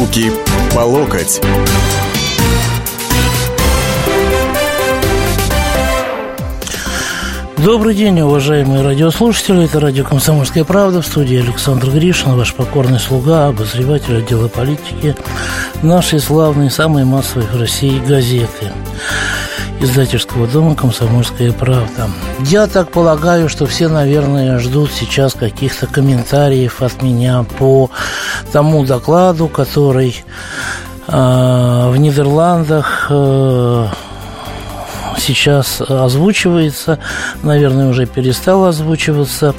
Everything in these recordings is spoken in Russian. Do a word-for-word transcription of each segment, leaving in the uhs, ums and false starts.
Руки по локоть. Добрый день, уважаемые радиослушатели. Это радио «Комсомольская правда». В студии Александр Гришин, ваш покорный слуга, обозреватель отдела политики нашей славной, самой массовой в России газеты издательского дома «Комсомольская правда». Я так полагаю, что все, наверное, ждут сейчас каких-то комментариев от меня по тому докладу, который э, в Нидерландах э, сейчас озвучивается, наверное, уже перестал озвучиваться.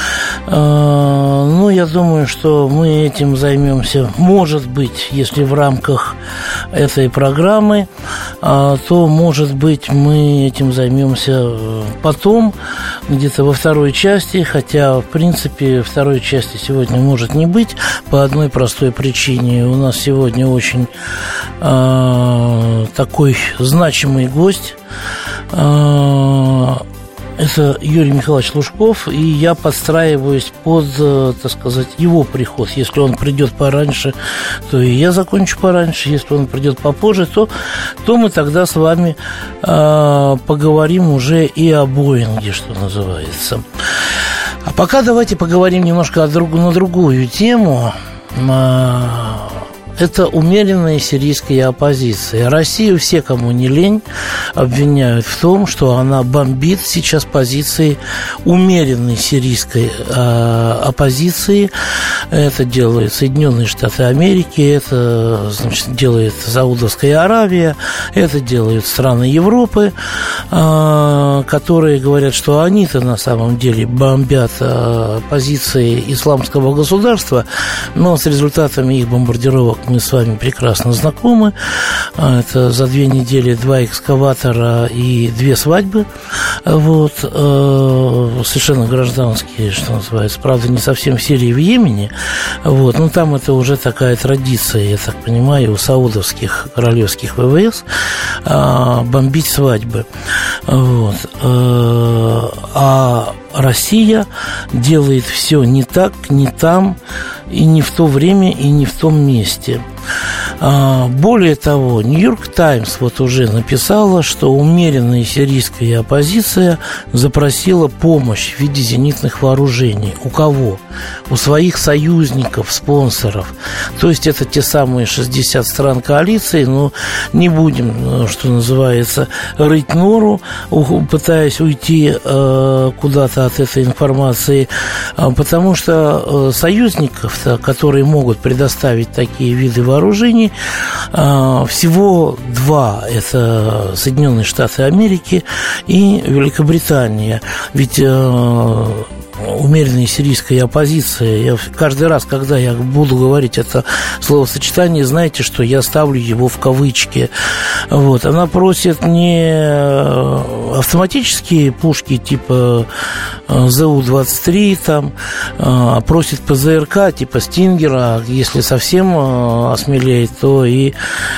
Ну, я думаю, что мы этим займемся, может быть, если в рамках этой программы, то, может быть, мы этим займемся потом, где-то во второй части, хотя, в принципе, второй части сегодня может не быть по одной простой причине. У нас сегодня очень э, такой значимый гость. Это Юрий Михайлович Лужков, и я подстраиваюсь под, так сказать, его приход. Если он придет пораньше, то и я закончу пораньше. Если он придет попозже, то, то мы тогда с вами э, поговорим уже и о Боинге, что называется. А пока давайте поговорим немножко о друг, на другую тему. Это умеренная сирийская оппозиция. Россию все, кому не лень, обвиняют в том, что она бомбит сейчас позиции умеренной сирийской э, оппозиции. Это делают Соединенные Штаты Америки, это, значит, делает Саудовская Аравия, это делают страны Европы, э, которые говорят, что они-то на самом деле бомбят э, позиции исламского государства, но с результатами их бомбардировок мы с вами прекрасно знакомы. Это за две недели два экскаватора и две свадьбы. Вот. Совершенно гражданские, что называется. Правда, не совсем в Сирии и в Йемене. Вот. Но там это уже такая традиция, я так понимаю, у саудовских королевских ВВС бомбить свадьбы. Вот. А Россия делает все не так, не там, и не в то время, и не в том месте. Более того, Нью-Йорк Таймс вот уже написала, что умеренная сирийская оппозиция запросила помощь в виде зенитных вооружений. У кого? У своих союзников, спонсоров. То есть это те самые шестьдесят стран коалиции, но не будем, что называется, рыть нору, пытаясь уйти куда-то от этой информации, потому что союзников, которые могут предоставить такие виды вооружений, всего два. Это Соединенные Штаты Америки и Великобритания. Ведь умеренная сирийская оппозиция, я каждый раз, когда я буду говорить это словосочетание, знаете, что я ставлю его в кавычки. Вот. Она просит не автоматические пушки типа ЗУ двадцать три, там, а просит ПЗРК типа Стингера, если совсем осмелеет, то и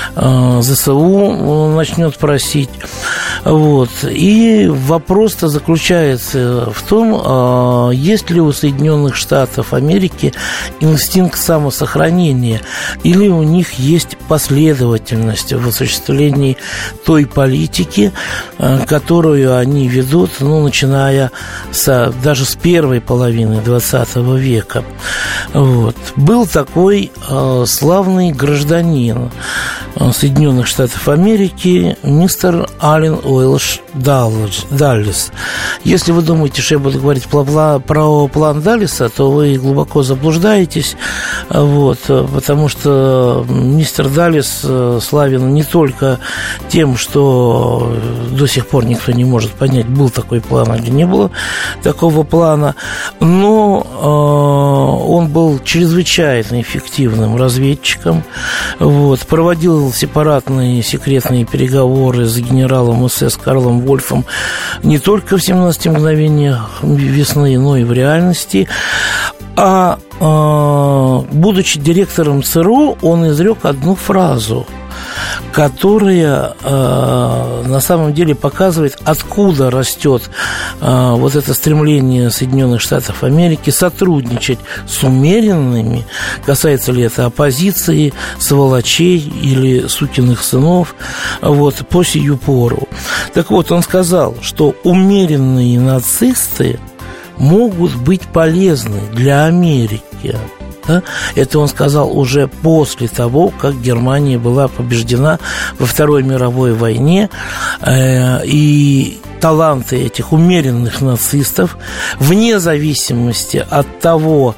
ЗСУ начнет просить. Вот. И вопрос-то заключается в том, есть ли у Соединенных Штатов Америки инстинкт самосохранения, или у них есть последовательность в осуществлении той политики, которую они ведут, ну, начиная с, даже с первой половины двадцатого века. Вот. Был такой э, славный гражданин Соединенных Штатов Америки, мистер Аллен Уэлш Даллес. Если вы думаете, что я буду говорить про, про план Даллеса, то вы глубоко заблуждаетесь, вот, потому что мистер Даллес славен не только тем, что до сих пор никто не может понять, был такой план или не было такого плана, но э, он был чрезвычайно эффективным разведчиком, вот, проводил сепаратные секретные переговоры с генералом СС Карлом Вольфом не только в семнадцати мгновениях весны, но и в реальности. А э, будучи директором ЦРУ, он изрек одну фразу: которая э, на самом деле показывает, откуда растет э, вот это стремление Соединенных Штатов Америки сотрудничать с умеренными, касается ли это оппозиции, сволочей или сукиных сынов, вот, по сию пору. Так вот, он сказал, что умеренные нацисты могут быть полезны для Америки. Да? Это он сказал уже после того, как Германия была побеждена во Второй мировой войне, э, и таланты этих умеренных нацистов, вне зависимости от того,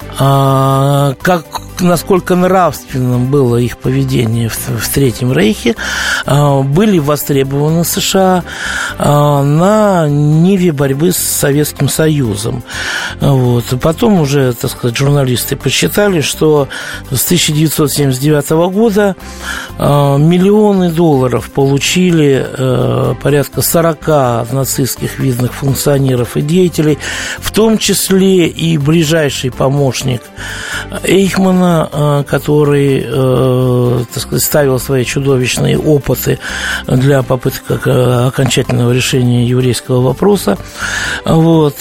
э, как, насколько нравственным было их поведение в, в Третьем Рейхе, э, были востребованы США э, на ниве борьбы с Советским Союзом. Вот. Потом уже, так сказать, журналисты посчитали, что с тысяча девятьсот семьдесят девятого года э, миллионы долларов получили э, порядка сорока нацистских видных функционеров и деятелей, в том числе и ближайший помощник Эйхмана, э, который, э, так сказать, ставил свои чудовищные опыты для попыток окончательного решения еврейского вопроса. Вот.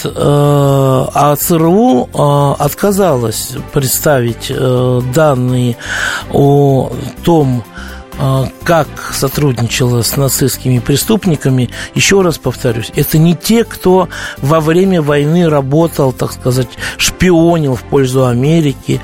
А ЦРУ отказалась представить данные о том, как сотрудничала с нацистскими преступниками. Еще раз повторюсь, это не те, кто во время войны работал, так сказать, шпионил в пользу Америки,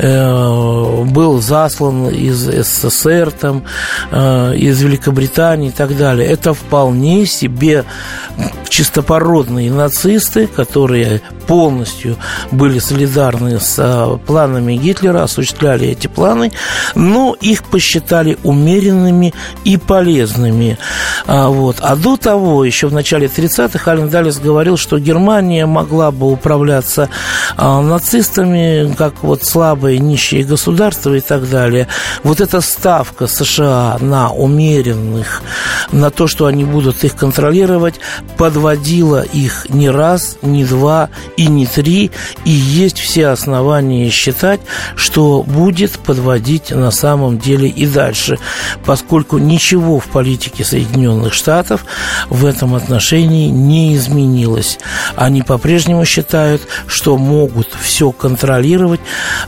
был заслан из СССР, там, из Великобритании и так далее. Это вполне себе чистопородные нацисты, которые полностью были солидарны с планами Гитлера, осуществляли эти планы, но их посчитали умеренными и полезными. А, вот. а до того, еще в начале тридцатых, Ален Даллес говорил, что Германия могла бы управляться а, нацистами, как вот слабое нищее государство и так далее. Вот эта ставка США на умеренных, на то, что они будут их контролировать, подводила их не раз, не два и не три, и есть все основания считать, что будет подводить на самом деле и дальше, поскольку ничего в политике Соединенных Штатов в этом отношении не изменилось. Они по-прежнему считают, что могут все контролировать,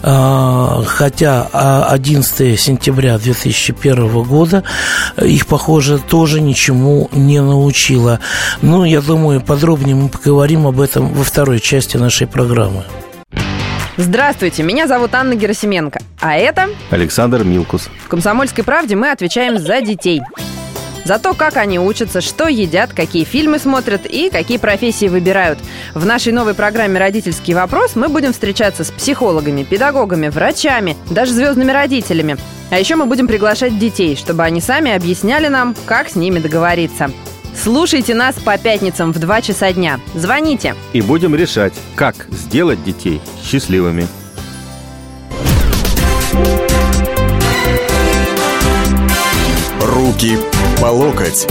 хотя одиннадцатого сентября две тысячи первого года их, похоже, тоже ничему не научило. Ну, я думаю, подробнее мы поговорим об этом во второй части нашей программы. Здравствуйте, меня зовут Анна Герасименко, а это Александр Милкус. В «Комсомольской правде» мы отвечаем за детей. За то, как они учатся, что едят, какие фильмы смотрят и какие профессии выбирают. В нашей новой программе «Родительский вопрос» мы будем встречаться с психологами, педагогами, врачами, даже звездными родителями. А еще мы будем приглашать детей, чтобы они сами объясняли нам, как с ними договориться. Слушайте нас по пятницам в два часа дня. Звоните. И будем решать, как сделать детей счастливыми. Руки по локоть.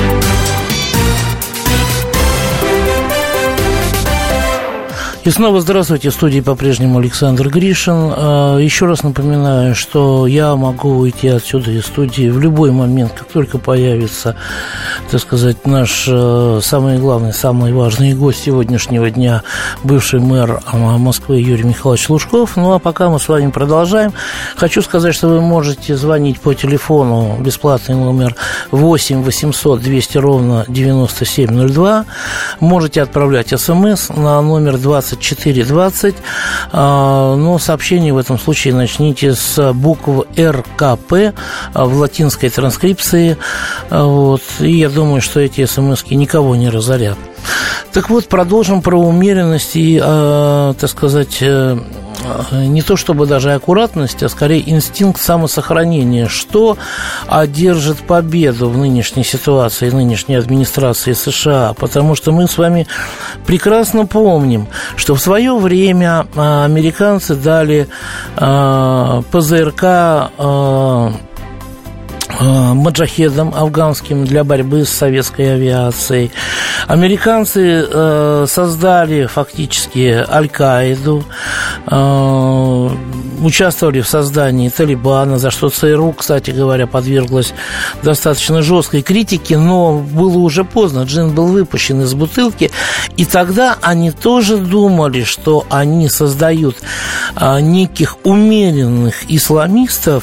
И снова здравствуйте, в студии по-прежнему Александр Гришин. Еще раз напоминаю, что я могу уйти отсюда из студии в любой момент, как только появится, так сказать, наш самый главный, самый важный гость сегодняшнего дня, бывший мэр Москвы Юрий Михайлович Лужков. Ну, а пока мы с вами продолжаем. Хочу сказать, что вы можете звонить по телефону, бесплатный номер восемь восемьсот двести ровно девяносто семь ноль два. Можете отправлять смс на номер двадцать четыре двадцать, но сообщение в этом случае начните с букв эр ка пэ в латинской транскрипции, вот, и я думаю, что эти смс-ки никого не разорят. Так вот, продолжим про умеренность и, так сказать, не то чтобы даже аккуратность, а скорее инстинкт самосохранения. Что одержит победу в нынешней ситуации, нынешней администрации США? Потому что мы с вами прекрасно помним, что в свое время американцы дали пэ зэ эр ка маджахедам афганским для борьбы с советской авиацией. Американцы э, создали фактически Аль-Каиду, э, участвовали в создании Талибана, за что ЦРУ, кстати говоря, подверглась достаточно жесткой критике, но было уже поздно, джин был выпущен из бутылки, и тогда они тоже думали, что они создают а, неких умеренных исламистов,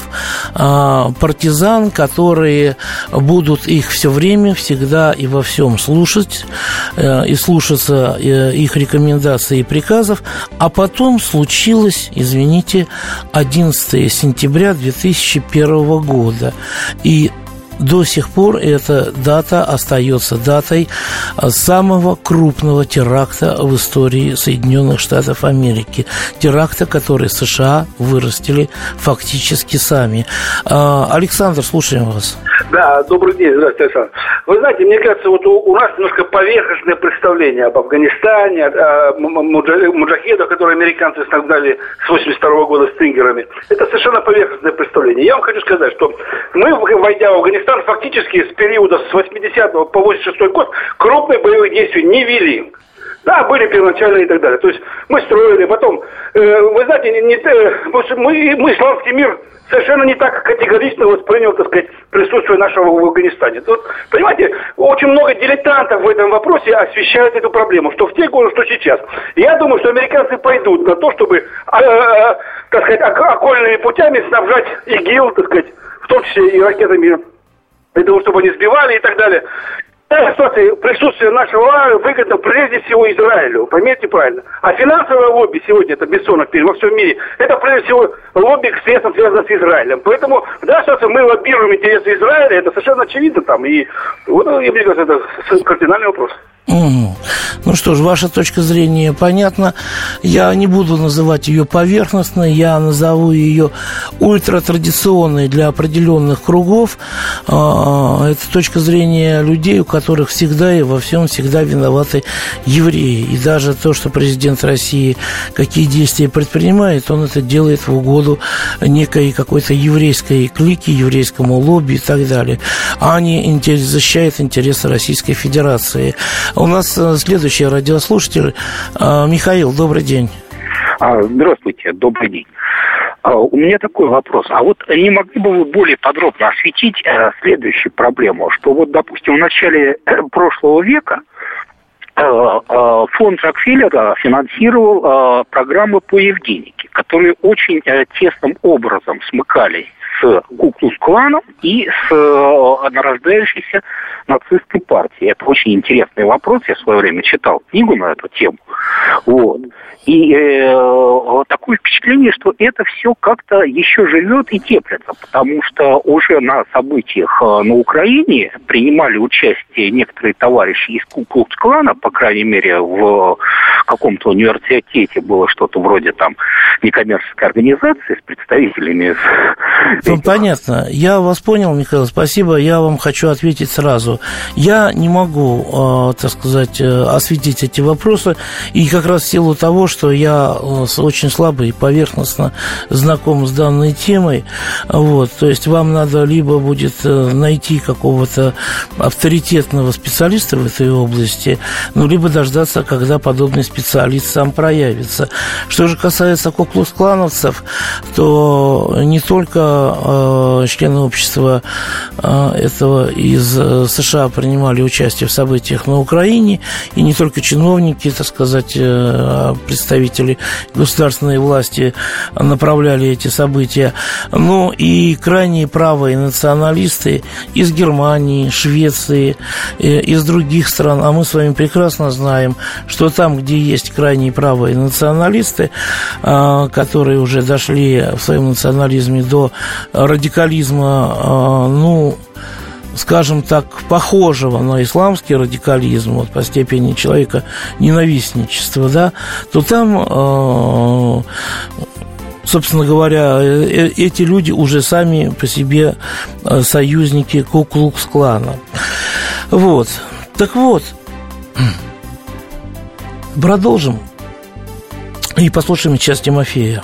а, партизан, которые будут их все время, всегда и во всем слушать, а, и слушаться а, их рекомендаций и приказов, а потом случилось, извините, одиннадцатого сентября две тысячи первого года, и до сих пор эта дата остается датой самого крупного теракта в истории Соединенных Штатов Америки. Теракта, который США вырастили фактически сами. Александр, слушаем вас. Да, добрый день, здравствуйте, Александр. Вы знаете, мне кажется, вот у, у нас немножко поверхностное представление об Афганистане, о, о муджахедах, которые американцы снабдали с восемьдесят второго года стрингерами. Это совершенно поверхностное представление. Я вам хочу сказать, что мы, войдя в Афганистан, фактически с периода с восьмидесятого по восемьдесят шестой год крупных боевых действий не вели. Да, были первоначальные и так далее. То есть мы строили, потом, э, вы знаете, не, не, э, мы, мы исламский мир совершенно не так категорично воспринял, так сказать, присутствие нашего в Афганистане. Тут, понимаете, очень много дилетантов в этом вопросе освещают эту проблему, что в те годы, что сейчас. Я думаю, что американцы пойдут на то, чтобы, э, э, так сказать, окольными путями снабжать ИГИЛ, так сказать, в том числе и ракетами, для того, чтобы они сбивали и так далее. Кстати, присутствие нашего армии выгодно прежде всего Израилю, поймите правильно. А финансовое лобби сегодня, это бессонок во всем мире, это прежде всего лобби к средствам, связанным с Израилем. Поэтому, да, что мы лоббируем интересы Израиля, это совершенно очевидно там. И вот, мне кажется, это кардинальный вопрос. Угу. Ну что ж, ваша точка зрения понятна. Я не буду называть ее поверхностной, я назову ее ультратрадиционной для определенных кругов. Это точка зрения людей, у которых всегда и во всем всегда виноваты евреи. И даже то, что президент России какие действия предпринимает, он это делает в угоду некой какой-то еврейской клики, еврейскому лобби и так далее. А не защищает интересы Российской Федерации. У нас следующий радиослушатель. Михаил, добрый день. Здравствуйте, добрый день. У меня такой вопрос. А вот не могли бы вы более подробно осветить следующую проблему? Что вот, допустим, в начале прошлого века фонд Рокфеллера финансировал программы по Евгенике, которые очень тесным образом смыкались с Ку-клукс-кланом и с нарождающейся нацистской партией. Это очень интересный вопрос. Я в свое время читал книгу на эту тему. Вот. И э, такое впечатление, что это все как-то еще живет и теплится, потому что уже на событиях на Украине принимали участие некоторые товарищи из Ку-клукс-клана, по крайней мере, в каком-то университете было что-то вроде там некоммерческой организации с представителями. Ну, понятно. Я вас понял, Михаил, спасибо. Я вам хочу ответить сразу. Я не могу, э, так сказать, осветить эти вопросы, и как раз в силу того, что я очень слабо и поверхностно знаком с данной темой, вот, то есть вам надо либо будет найти какого-то авторитетного специалиста в этой области, ну, либо дождаться, когда подобный специалист сам проявится. Что же касается ку-клукс-клановцев, то не только э, члены общества э, этого из США принимали участие в событиях на Украине, и не только чиновники, так сказать, э, представители государственной власти направляли эти события, но и крайние правые националисты из Германии, Швеции, из других стран. А мы с вами прекрасно знаем, что там, где есть крайние правые националисты, которые уже дошли в своем национализме до радикализма, ну, скажем так, похожего на исламский радикализм, вот, по степени человека ненавистничества, да, то там, собственно говоря, эти люди уже сами по себе союзники Ку-клукс-клана. Вот. Так вот, продолжим и послушаем сейчас Тимофея.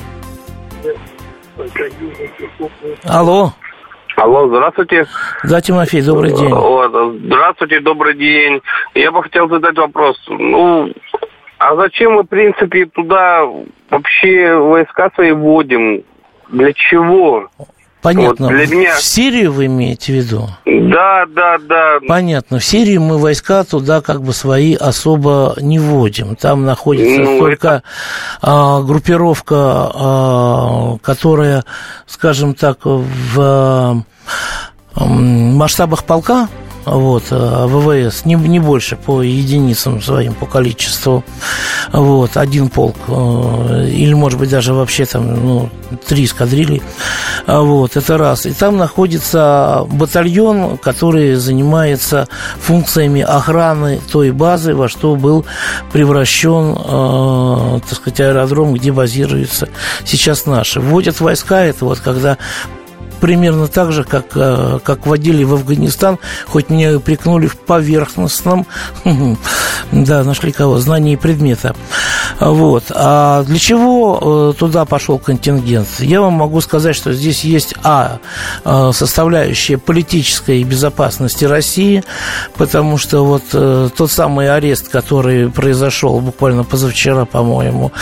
Алло. Алло, здравствуйте. Да, Тимофей, добрый день. Здравствуйте, добрый день. Я бы хотел задать вопрос. Ну, а зачем мы, в принципе, туда вообще войска свои вводим? для чего? Понятно. Вот для меня... В Сирию вы имеете в виду? Да, да, да. Понятно. В Сирию мы войска туда как бы свои особо не вводим. Там находится ну, только это... а, группировка, а, которая, скажем так, в а, масштабах полка, вот, ВВС, не, не больше по единицам своим, по количеству, вот, один полк, или, может быть, даже вообще там, ну, три эскадрильи, вот, это раз. И там находится батальон, который занимается функциями охраны той базы, во что был превращен, э, так сказать, аэродром, где базируются сейчас наши. Вводят войска, это вот когда... Примерно так же, как, как вводили в Афганистан, хоть меня упрекнули в поверхностном, да, нашли кого, знании предмета. Вот. А для чего туда пошел контингент? Я вам могу сказать, что здесь есть, а, составляющая политической безопасности России, потому что вот тот самый арест, который произошел буквально позавчера, по-моему,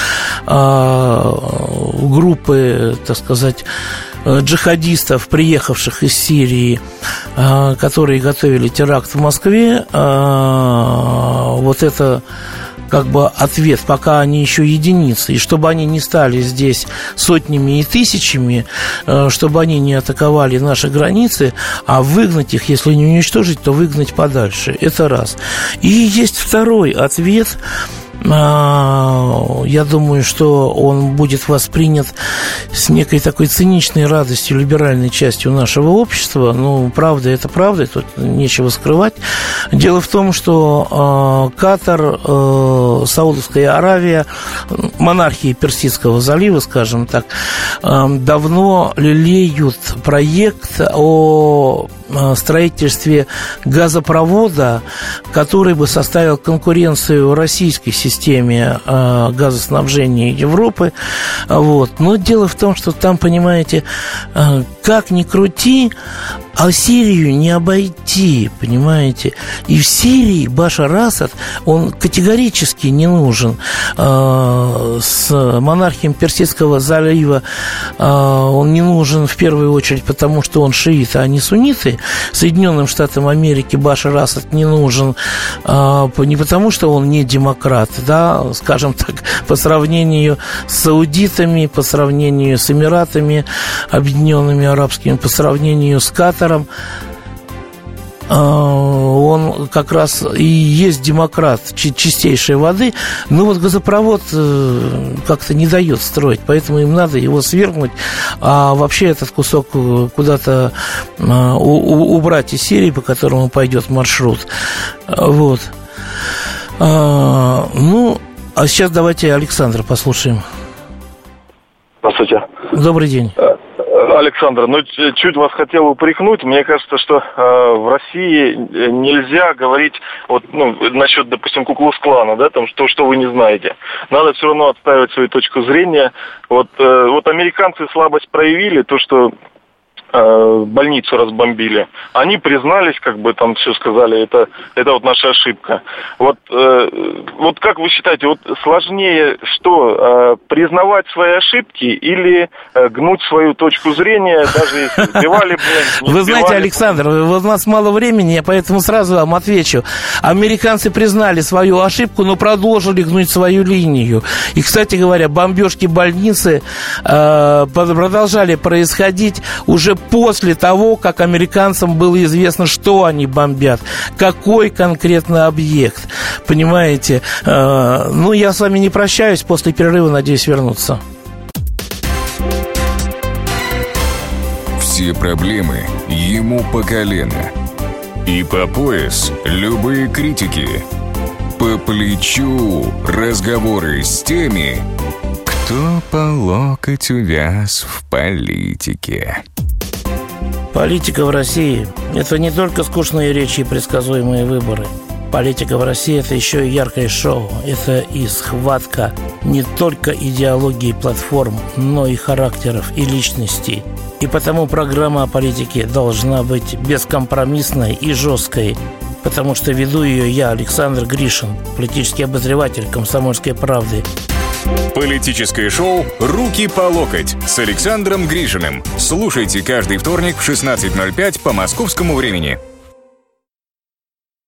группы, так сказать, джихадистов, приехавших из Сирии, которые готовили теракт в Москве, вот это как бы ответ, пока они еще единицы, и чтобы они не стали здесь сотнями и тысячами, чтобы они не атаковали наши границы, а выгнать их, если не уничтожить, то выгнать подальше. Это раз. И есть второй ответ. Я думаю, что он будет воспринят с некой такой циничной радостью либеральной частью нашего общества. Ну, правда, это правда, тут нечего скрывать. Дело в том, что Катар, Саудовская Аравия, монархии Персидского залива, скажем так, давно лелеют проект о строительстве газопровода, который бы составил конкуренцию российской системе газоснабжения Европы. Вот. Но дело в том, что там, понимаете, как ни крути, а Сирию не обойти, понимаете. И в Сирии Башар Асад, он категорически не нужен. С монархией Персидского залива он не нужен в первую очередь, потому что он шиит, а не сунниты. Соединенным Штатам Америки Башар Асад не нужен не потому, что он не демократ, да, скажем так, по сравнению с саудитами, по сравнению с Эмиратами Объединенными Арабскими, по сравнению с Катаром, он как раз и есть демократ чистейшей воды, но вот газопровод как-то не дает строить, поэтому им надо его свергнуть, а вообще этот кусок куда-то убрать из Сирии, по которому пойдет маршрут. Вот. Ну, а сейчас давайте Александра послушаем. Здравствуйте. Добрый день. Александр, ну чуть вас хотел упрекнуть. Мне кажется, что э, в России нельзя говорить вот, ну, насчет, допустим, Ку-клукс-клана, да, там, что, что вы не знаете. Надо все равно отстаивать свою точку зрения. Вот, э, вот американцы слабость проявили, то, что э, больницу разбомбили. Они признались, как бы там все сказали, это, это вот наша ошибка. Вот, э, вот как вы считаете, вот сложнее что, э, признавать свои ошибки или э, гнуть свою точку зрения, даже если сбивали, блин, Вы знаете, Александр, у нас мало времени, я поэтому сразу вам отвечу. Американцы признали свою ошибку, но продолжили гнуть свою линию. И, кстати говоря, бомбежки больницы э, продолжали происходить уже после того, как американцам было известно, что они бомбят, какой конкретно объект. Понимаете? Э, ну, я с вами не прощаюсь, после перерыва надеюсь вернуться. Все проблемы ему по колено. И по пояс любые критики. По плечу разговоры с теми, кто по локоть увяз в политике. Политика в России – это не только скучные речи и предсказуемые выборы. Политика в России – это еще и яркое шоу. Это и схватка не только идеологии платформ, но и характеров и личностей. И потому программа о политике должна быть бескомпромиссной и жесткой, потому что веду ее я, Александр Гришин, политический обозреватель «Комсомольской правды». Политическое шоу «Руки по локоть» с Александром Гришиным. Слушайте каждый вторник в шестнадцать ноль пять по московскому времени.